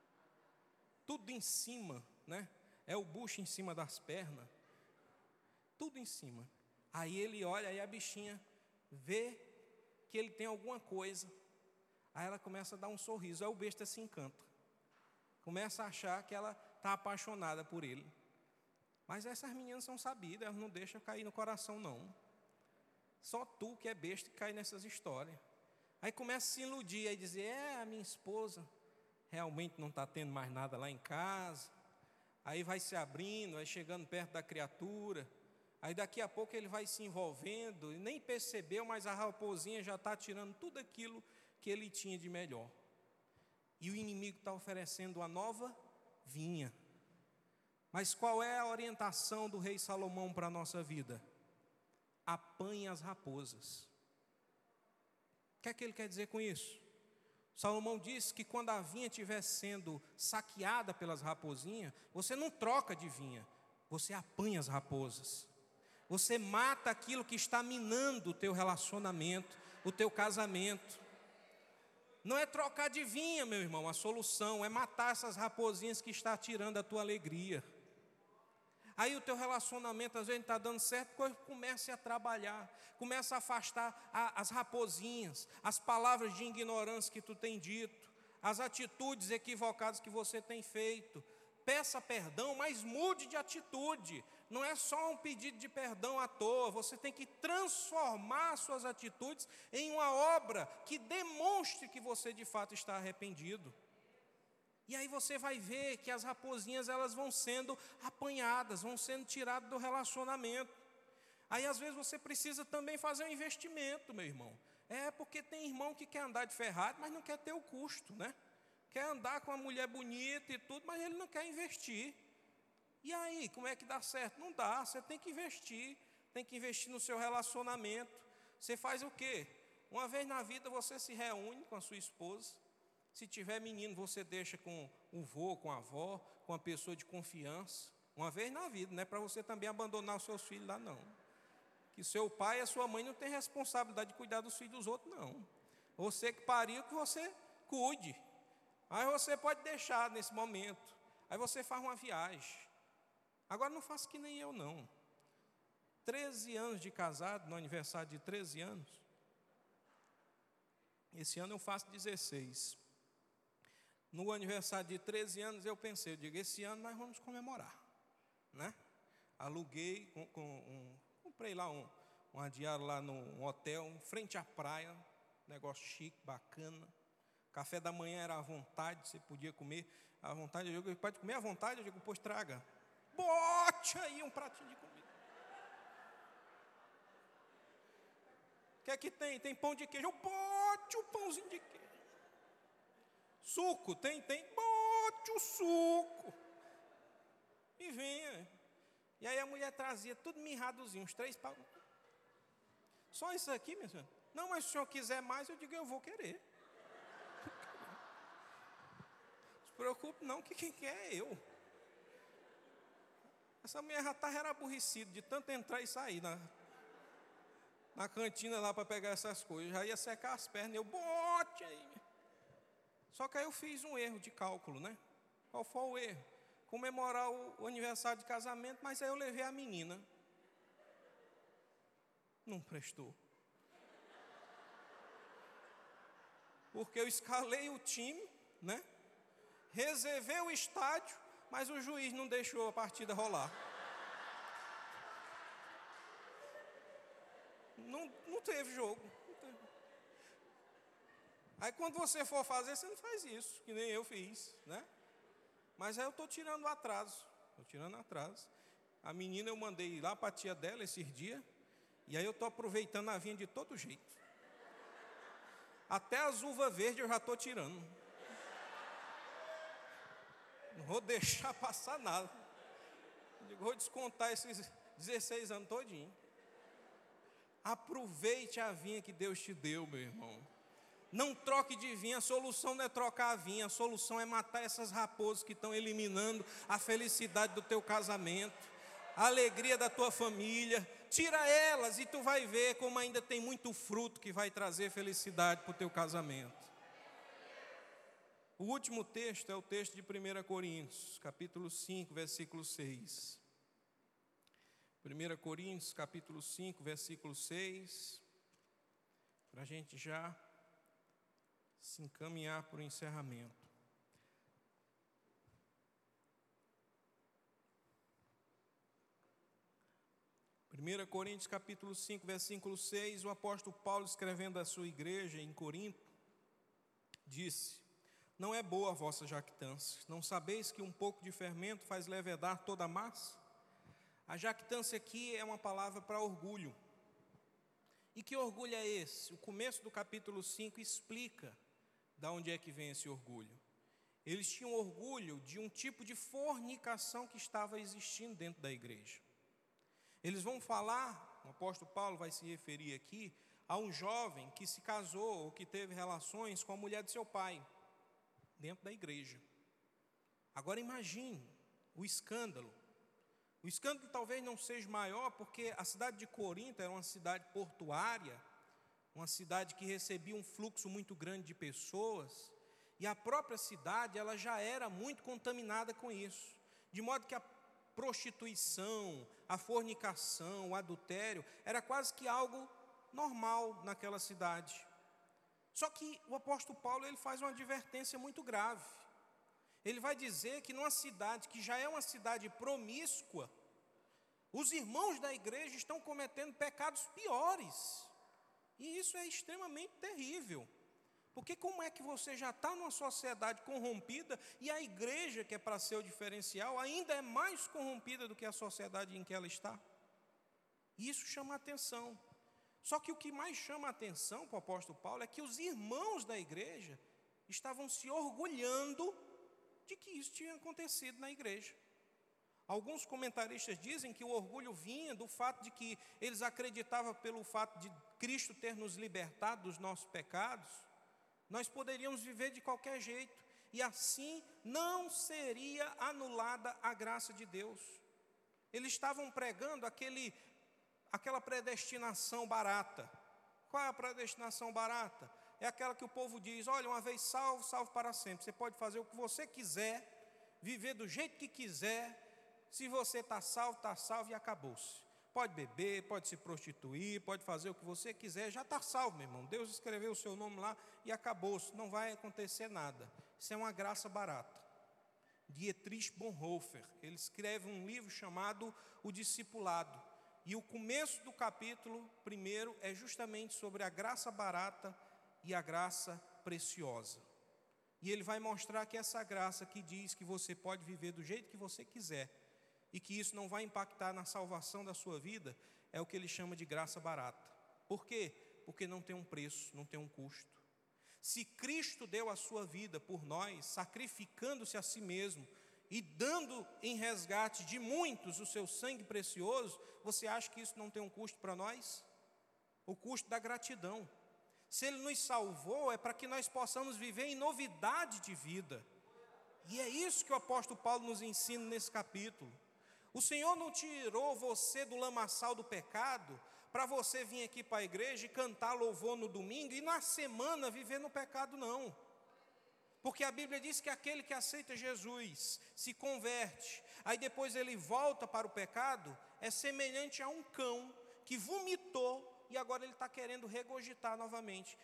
Tudo em cima, né? É o bucho em cima das pernas, tudo em cima. Aí ele olha, aí a bichinha vê que ele tem alguma coisa. Aí ela começa a dar um sorriso, aí o besta se encanta. Começa a achar que ela está apaixonada por ele. Mas essas meninas são sabidas, elas não deixam cair no coração, não. Só tu que é besta que cai nessas histórias. Aí começa a se iludir, aí dizer, a minha esposa realmente não está tendo mais nada lá em casa. Aí vai se abrindo, vai chegando perto da criatura. Aí daqui a pouco ele vai se envolvendo, e nem percebeu, mas a raposinha já está tirando tudo aquilo que ele tinha de melhor. E o inimigo está oferecendo a nova vinha. Mas qual é a orientação do rei Salomão para a nossa vida? Apanhe as raposas. O que é que ele quer dizer com isso? Salomão disse que quando a vinha estiver sendo saqueada pelas raposinhas, você não troca de vinha, você apanha as raposas. Você mata aquilo que está minando o teu relacionamento, o teu casamento. Não é trocar de vinha, meu irmão, a solução é matar essas raposinhas que estão tirando a tua alegria. Aí o teu relacionamento às vezes não está dando certo, comece a trabalhar, comece a afastar as raposinhas, as palavras de ignorância que tu tem dito, as atitudes equivocadas que você tem feito. Peça perdão, mas mude de atitude. Não é só um pedido de perdão à toa, você tem que transformar suas atitudes em uma obra que demonstre que você de fato está arrependido. E aí você vai ver que as raposinhas elas vão sendo apanhadas, vão sendo tiradas do relacionamento. Aí às vezes você precisa também fazer um investimento, meu irmão. Porque tem irmão que quer andar de Ferrari, mas não quer ter o custo, né? Quer andar com uma mulher bonita e tudo, mas ele não quer investir. E aí, como é que dá certo? Não dá, você tem que investir no seu relacionamento. Você faz o quê? Uma vez na vida você se reúne com a sua esposa. Se tiver menino, você deixa com o vô, com a avó, com uma pessoa de confiança. Uma vez na vida, não é para você também abandonar os seus filhos lá, não. Que seu pai e a sua mãe não têm responsabilidade de cuidar dos filhos dos outros, não. Você que pariu, que você cuide. Aí você pode deixar nesse momento. Aí você faz uma viagem. Agora não faça que nem eu, não. 13 anos de casado, no aniversário de 13 anos. Esse ano eu faço 16. No aniversário de 13 anos eu pensei, eu digo, esse ano nós vamos comemorar, né? Aluguei, comprei lá uma diária lá num hotel, em frente à praia, negócio chique, bacana. Café da manhã era à vontade, você podia comer à vontade. Eu digo, pode comer à vontade? Eu digo, pois traga. Bote aí um pratinho de comida. O que é que tem? Tem pão de queijo. Bote o pãozinho de queijo. Suco, tem? Bote o suco. E venha. E aí a mulher trazia tudo mirradozinho, uns 3 pau. Só isso aqui, minha senhora? Não, mas se o senhor quiser mais, eu digo, eu vou querer. Não se preocupe não, que quem quer é eu. Essa mulher já estava aborrecida de tanto entrar e sair na cantina lá para pegar essas coisas. Já ia secar as pernas, eu bote aí. Só que aí eu fiz um erro de cálculo, né? Qual foi o erro? Comemorar o aniversário de casamento, mas aí eu levei a menina. Não prestou. Porque eu escalei o time, né? Reservei o estádio, mas o juiz não deixou a partida rolar. Não teve jogo. Aí quando você for fazer, você não faz isso, que nem eu fiz, né? Mas aí eu estou tirando atraso. A menina eu mandei lá para a tia dela esses dias, e aí eu estou aproveitando a vinha de todo jeito. Até as uvas verdes eu já estou tirando. Não vou deixar passar nada. Eu vou descontar esses 16 anos todinho. Aproveite a vinha que Deus te deu, meu irmão. Não troque de vinha, a solução não é trocar a vinha, a solução é matar essas raposas que estão eliminando a felicidade do teu casamento. a alegria da tua família. Tira elas e tu vai ver como ainda tem muito fruto que vai trazer felicidade para o teu casamento. O último texto é o texto de 1 Coríntios, capítulo 5, versículo 6. 1 Coríntios, capítulo 5, versículo 6, para a gente já se encaminhar para o encerramento. 1 Coríntios, capítulo 5, versículo 6, o apóstolo Paulo, escrevendo à sua igreja em Corinto, disse: não é boa a vossa jactância, não sabeis que um pouco de fermento faz levedar toda a massa? A jactância aqui é uma palavra para orgulho. E que orgulho é esse? O começo do capítulo 5 explica de onde é que vem esse orgulho. Eles tinham orgulho de um tipo de fornicação que estava existindo dentro da igreja. Eles vão falar, o apóstolo Paulo vai se referir aqui, a um jovem que se casou ou que teve relações com a mulher de seu pai, dentro da igreja. Agora imagine o escândalo. O escândalo talvez não seja maior, porque a cidade de Corinto era uma cidade portuária, uma cidade que recebia um fluxo muito grande de pessoas, e a própria cidade ela já era muito contaminada com isso, de modo que a prostituição, a fornicação, o adultério, era quase que algo normal naquela cidade. Só que o apóstolo Paulo ele faz uma advertência muito grave. Ele vai dizer que numa cidade que já é uma cidade promíscua, os irmãos da igreja estão cometendo pecados piores. E isso é extremamente terrível. Porque como é que você já está numa sociedade corrompida e a igreja, que é para ser o diferencial, ainda é mais corrompida do que a sociedade em que ela está? E isso chama a atenção. Só que o que mais chama a atenção para o apóstolo Paulo é que os irmãos da igreja estavam se orgulhando de que isso tinha acontecido na igreja. Alguns comentaristas dizem que o orgulho vinha do fato de que eles acreditavam, pelo fato de Cristo ter nos libertado dos nossos pecados, nós poderíamos viver de qualquer jeito, e assim não seria anulada a graça de Deus. Eles estavam pregando aquela predestinação barata. Qual é a predestinação barata? É aquela que o povo diz: olha, uma vez salvo, salvo para sempre. Você pode fazer o que você quiser, viver do jeito que quiser. Se você está salvo e acabou-se. Pode beber, pode se prostituir, pode fazer o que você quiser, já está salvo, meu irmão. Deus escreveu o seu nome lá e acabou-se. Não vai acontecer nada. Isso é uma graça barata. Dietrich Bonhoeffer, ele escreve um livro chamado O Discipulado. E o começo do capítulo 1 é justamente sobre a graça barata e a graça preciosa. E ele vai mostrar que essa graça que diz que você pode viver do jeito que você quiser e que isso não vai impactar na salvação da sua vida, é o que ele chama de graça barata. Por quê? Porque não tem um preço, não tem um custo. Se Cristo deu a sua vida por nós, sacrificando-se a si mesmo e dando em resgate de muitos o seu sangue precioso, você acha que isso não tem um custo para nós? O custo da gratidão. Se Ele nos salvou, é para que nós possamos viver em novidade de vida. E é isso que o apóstolo Paulo nos ensina nesse capítulo. O Senhor não tirou você do lamaçal do pecado para você vir aqui para a igreja e cantar louvor no domingo e na semana viver no pecado, não. Porque a Bíblia diz que aquele que aceita Jesus, se converte, aí depois ele volta para o pecado, é semelhante a um cão que vomitou e agora ele está querendo regurgitar novamente,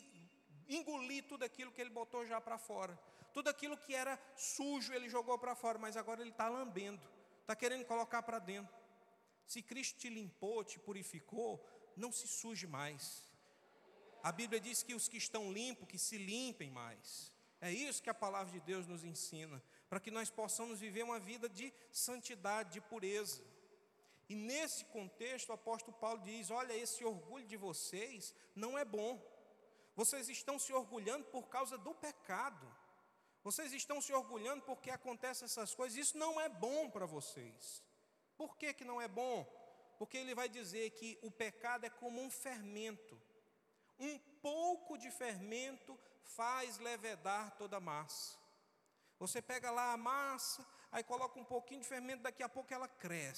engolir tudo aquilo que ele botou já para fora. Tudo aquilo que era sujo ele jogou para fora, mas agora ele está lambendo, está querendo colocar para dentro. Se Cristo te limpou, te purificou, não se suje mais. A Bíblia diz que os que estão limpos, que se limpem mais. É isso que a palavra de Deus nos ensina, para que nós possamos viver uma vida de santidade, de pureza. E nesse contexto o apóstolo Paulo diz: olha, esse orgulho de vocês não é bom. Vocês estão se orgulhando por causa do pecado. Vocês estão se orgulhando porque acontecem essas coisas. Isso não é bom para vocês. Por que que não é bom? Porque ele vai dizer que o pecado é como um fermento. Um pouco de fermento faz levedar toda a massa. Você pega lá a massa, aí coloca um pouquinho de fermento, daqui a pouco ela cresce.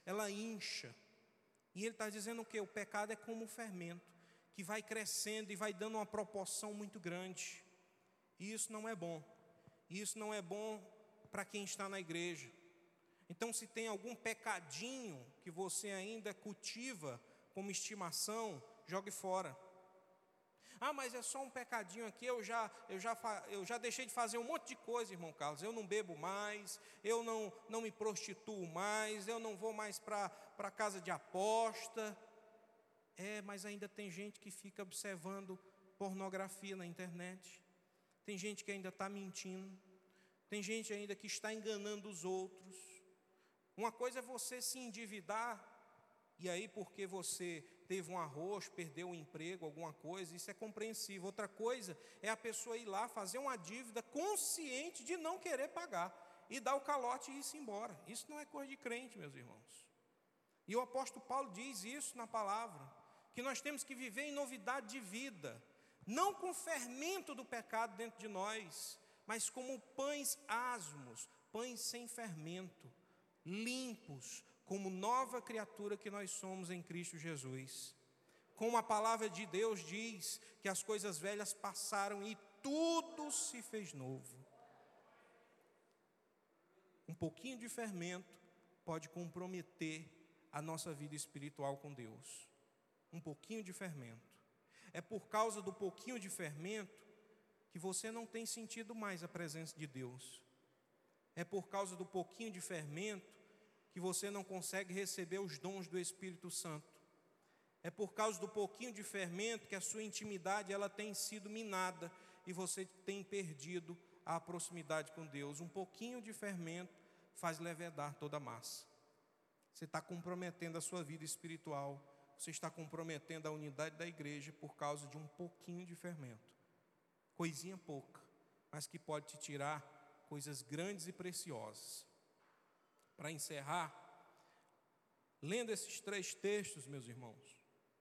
ela incha. E ele está dizendo o quê? O pecado é como um fermento, que vai crescendo e vai dando uma proporção muito grande. E isso não é bom. Isso não é bom para quem está na igreja. Então, se tem algum pecadinho que você ainda cultiva como estimação, jogue fora. Ah, mas é só um pecadinho aqui, eu já deixei de fazer um monte de coisa, irmão Carlos. Eu não bebo mais, eu não me prostituo mais, eu não vou mais para casa de aposta. Mas ainda tem gente que fica observando pornografia na internet. Tem gente que ainda está mentindo. Tem gente ainda que está enganando os outros. Uma coisa é você se endividar, e aí porque você teve um arroz, perdeu o emprego, alguma coisa, isso é compreensível. Outra coisa é a pessoa ir lá fazer uma dívida consciente de não querer pagar, e dar o calote e ir-se embora. Isso não é coisa de crente, meus irmãos. E o apóstolo Paulo diz isso na palavra, que nós temos que viver em novidade de vida, não com fermento do pecado dentro de nós, mas como pães asmos, pães sem fermento, limpos, como nova criatura que nós somos em Cristo Jesus. Como a palavra de Deus diz, que as coisas velhas passaram e tudo se fez novo. Um pouquinho de fermento pode comprometer a nossa vida espiritual com Deus. Um pouquinho de fermento. É por causa do pouquinho de fermento que você não tem sentido mais a presença de Deus. É por causa do pouquinho de fermento que você não consegue receber os dons do Espírito Santo. É por causa do pouquinho de fermento que a sua intimidade ela tem sido minada e você tem perdido a proximidade com Deus. Um pouquinho de fermento faz levedar toda a massa. Você está comprometendo a sua vida espiritual, você está comprometendo a unidade da igreja por causa de um pouquinho de fermento. Coisinha pouca, mas que pode te tirar coisas grandes e preciosas. Para encerrar, lendo esses 3 textos, meus irmãos,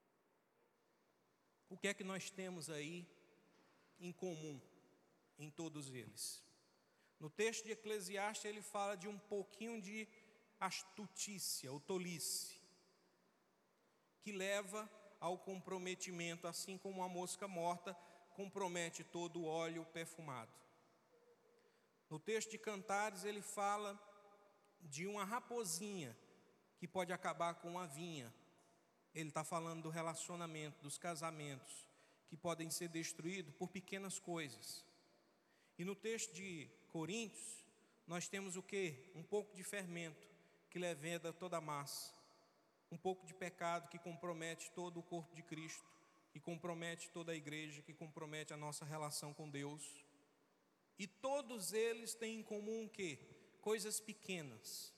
o que é que nós temos aí em comum em todos eles? No texto de Eclesiastes ele fala de um pouquinho de astutícia ou tolice, que leva ao comprometimento, assim como uma mosca morta compromete todo o óleo perfumado. No texto de Cantares ele fala de uma raposinha que pode acabar com uma vinha. Ele está falando do relacionamento, dos casamentos, que podem ser destruídos por pequenas coisas. E no texto de Coríntios, nós temos o quê? Um pouco de fermento, que leveda toda a massa. Um pouco de pecado que compromete todo o corpo de Cristo, que compromete toda a igreja, que compromete a nossa relação com Deus. E todos eles têm em comum o quê? Coisas pequenas,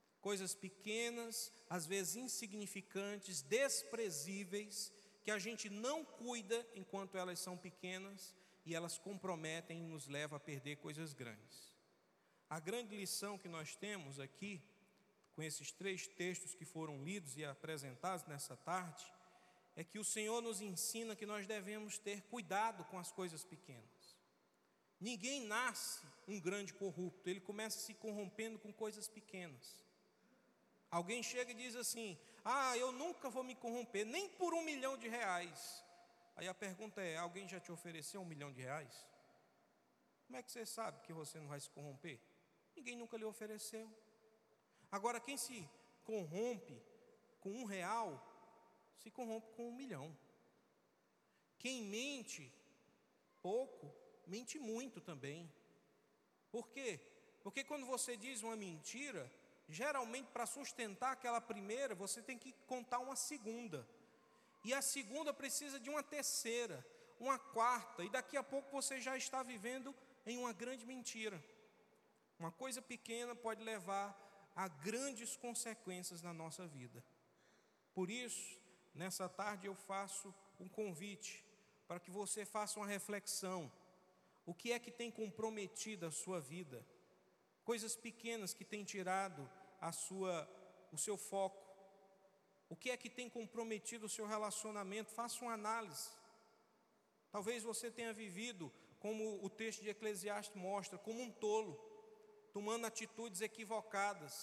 às vezes insignificantes, desprezíveis, que a gente não cuida enquanto elas são pequenas e elas comprometem e nos levam a perder coisas grandes. A grande lição que nós temos aqui, com esses 3 textos que foram lidos e apresentados nessa tarde, é que o Senhor nos ensina que nós devemos ter cuidado com as coisas pequenas. Ninguém nasce um grande corrupto, ele começa se corrompendo com coisas pequenas. Alguém chega e diz assim: eu nunca vou me corromper, nem por R$1 milhão. Aí a pergunta é: alguém já te ofereceu R$1 milhão? Como é que você sabe que você não vai se corromper? Ninguém nunca lhe ofereceu. Agora, quem se corrompe com R$1, se corrompe com 1 milhão. Quem mente pouco, mente muito também. Por quê? Porque quando você diz uma mentira, geralmente para sustentar aquela primeira, você tem que contar uma segunda. E a segunda precisa de uma terceira, uma quarta, e daqui a pouco você já está vivendo em uma grande mentira. Uma coisa pequena pode levar a grandes consequências na nossa vida. Por isso, nessa tarde eu faço um convite para que você faça uma reflexão. O que é que tem comprometido a sua vida? Coisas pequenas que têm tirado o seu foco. O que é que tem comprometido o seu relacionamento? Faça uma análise. Talvez você tenha vivido, como o texto de Eclesiastes mostra, como um tolo, tomando atitudes equivocadas.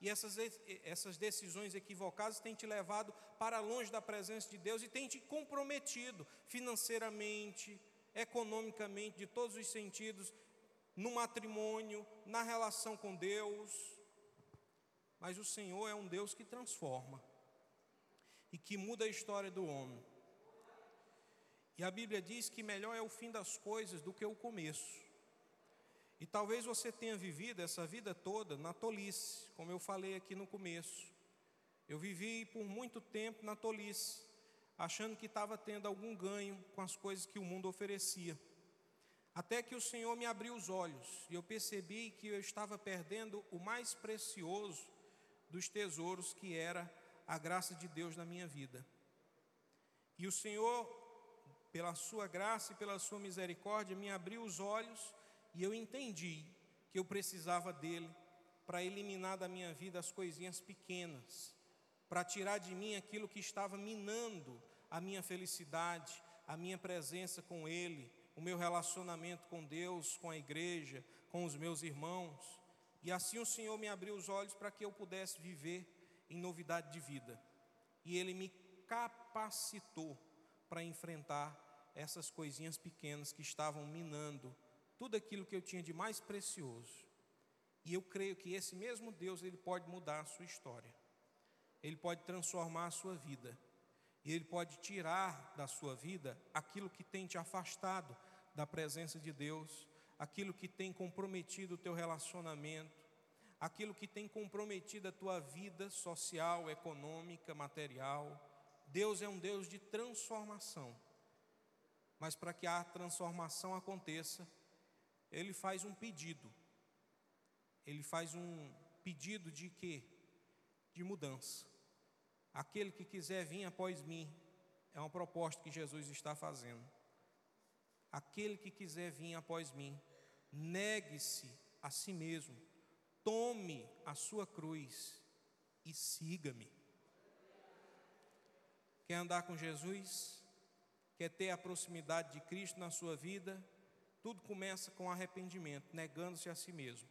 e essas decisões equivocadas têm te levado para longe da presença de Deus e têm te comprometido financeiramente, economicamente, de todos os sentidos, no matrimônio, na relação com Deus. Mas o Senhor é um Deus que transforma e que muda a história do homem. E a Bíblia diz que melhor é o fim das coisas do que o começo. E talvez você tenha vivido essa vida toda na tolice, como eu falei aqui no começo. Eu vivi por muito tempo na tolice, achando que estava tendo algum ganho com as coisas que o mundo oferecia. Até que o Senhor me abriu os olhos e eu percebi que eu estava perdendo o mais precioso dos tesouros, que era a graça de Deus na minha vida. E o Senhor, pela sua graça e pela sua misericórdia, me abriu os olhos e eu entendi que eu precisava dele para eliminar da minha vida as coisinhas pequenas, para tirar de mim aquilo que estava minando a minha felicidade, a minha presença com ele, o meu relacionamento com Deus, com a igreja, com os meus irmãos. E assim o Senhor me abriu os olhos para que eu pudesse viver em novidade de vida. E ele me capacitou para enfrentar essas coisinhas pequenas que estavam minando tudo aquilo que eu tinha de mais precioso. E eu creio que esse mesmo Deus, ele pode mudar a sua história. Ele pode transformar a sua vida. E ele pode tirar da sua vida aquilo que tem te afastado da presença de Deus, aquilo que tem comprometido o teu relacionamento, aquilo que tem comprometido a tua vida social, econômica, material. Deus é um Deus de transformação. Mas para que a transformação aconteça, ele faz um pedido. Ele faz um pedido de quê? De mudança. Aquele que quiser vir após mim, é uma proposta que Jesus está fazendo. Aquele que quiser vir após mim, negue-se a si mesmo, tome a sua cruz e siga-me. Quer andar com Jesus? Quer ter a proximidade de Cristo na sua vida? Tudo começa com arrependimento, negando-se a si mesmo,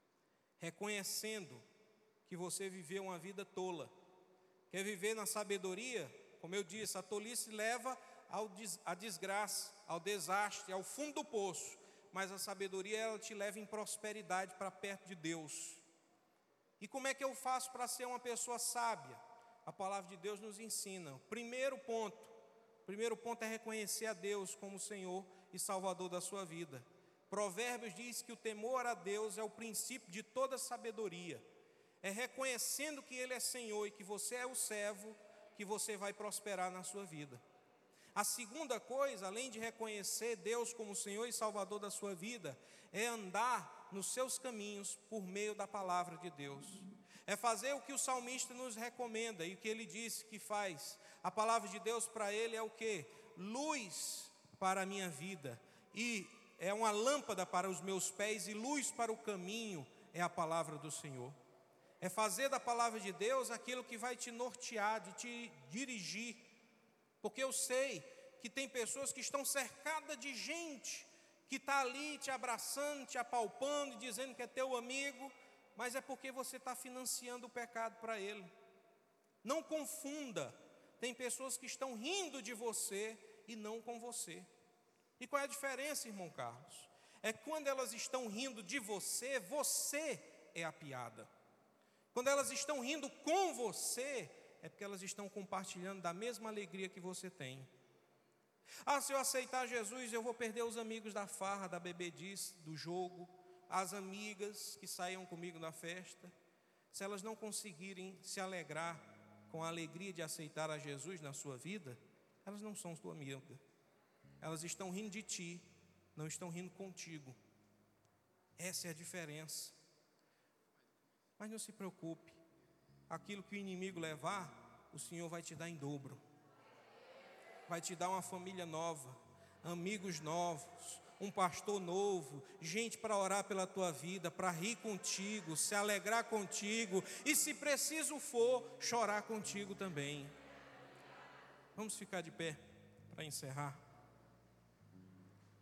reconhecendo que você viveu uma vida tola. Quer viver na sabedoria? Como eu disse, a tolice leva à desgraça, ao desastre, ao fundo do poço. Mas a sabedoria, ela te leva em prosperidade para perto de Deus. E como é que eu faço para ser uma pessoa sábia? A palavra de Deus nos ensina. O primeiro ponto é reconhecer a Deus como Senhor e Salvador da sua vida. Provérbios diz que o temor a Deus é o princípio de toda sabedoria. É reconhecendo que Ele é Senhor e que você é o servo, que você vai prosperar na sua vida. A segunda coisa, além de reconhecer Deus como Senhor e Salvador da sua vida, é andar nos seus caminhos por meio da palavra de Deus. É fazer o que o salmista nos recomenda e o que ele disse que faz. A palavra de Deus para ele é o quê? Luz para a minha vida, e é uma lâmpada para os meus pés e luz para o caminho, é a palavra do Senhor. É fazer da palavra de Deus aquilo que vai te nortear, de te dirigir. Porque eu sei que tem pessoas que estão cercadas de gente que está ali te abraçando, te apalpando e dizendo que é teu amigo, mas é porque você está financiando o pecado para ele. Não confunda, tem pessoas que estão rindo de você e não com você. E qual é a diferença, irmão Carlos? É quando elas estão rindo de você, você é a piada. Quando elas estão rindo com você, é porque elas estão compartilhando da mesma alegria que você tem. Ah, se eu aceitar Jesus, eu vou perder os amigos da farra, da bebedice, do jogo, as amigas que saíam comigo na festa. Se elas não conseguirem se alegrar com a alegria de aceitar a Jesus na sua vida, elas não são sua amiga. Elas estão rindo de ti, não estão rindo contigo. Essa é a diferença. Mas não se preocupe, aquilo que o inimigo levar, o Senhor vai te dar em dobro. Vai te dar uma família nova, amigos novos, um pastor novo, gente para orar pela tua vida, para rir contigo, se alegrar contigo e, se preciso for, chorar contigo também. Vamos ficar de pé para encerrar.